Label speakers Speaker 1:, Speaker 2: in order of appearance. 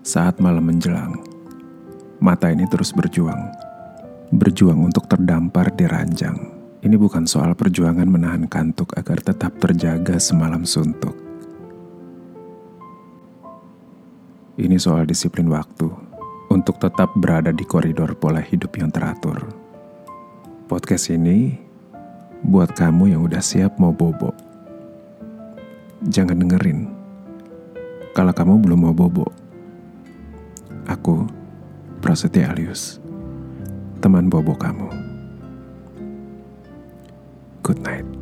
Speaker 1: Saat malam menjelang, mata ini terus berjuang untuk terdampar di ranjang. Ini bukan soal perjuangan menahan kantuk agar tetap terjaga semalam suntuk. Ini soal disiplin waktu untuk tetap berada di koridor pola hidup yang teratur. Podcast ini buat kamu yang udah siap mau bobo. Jangan dengerin kalau kamu belum mau bobo. Aku, Prasetya Alius, teman bobo kamu. Good night.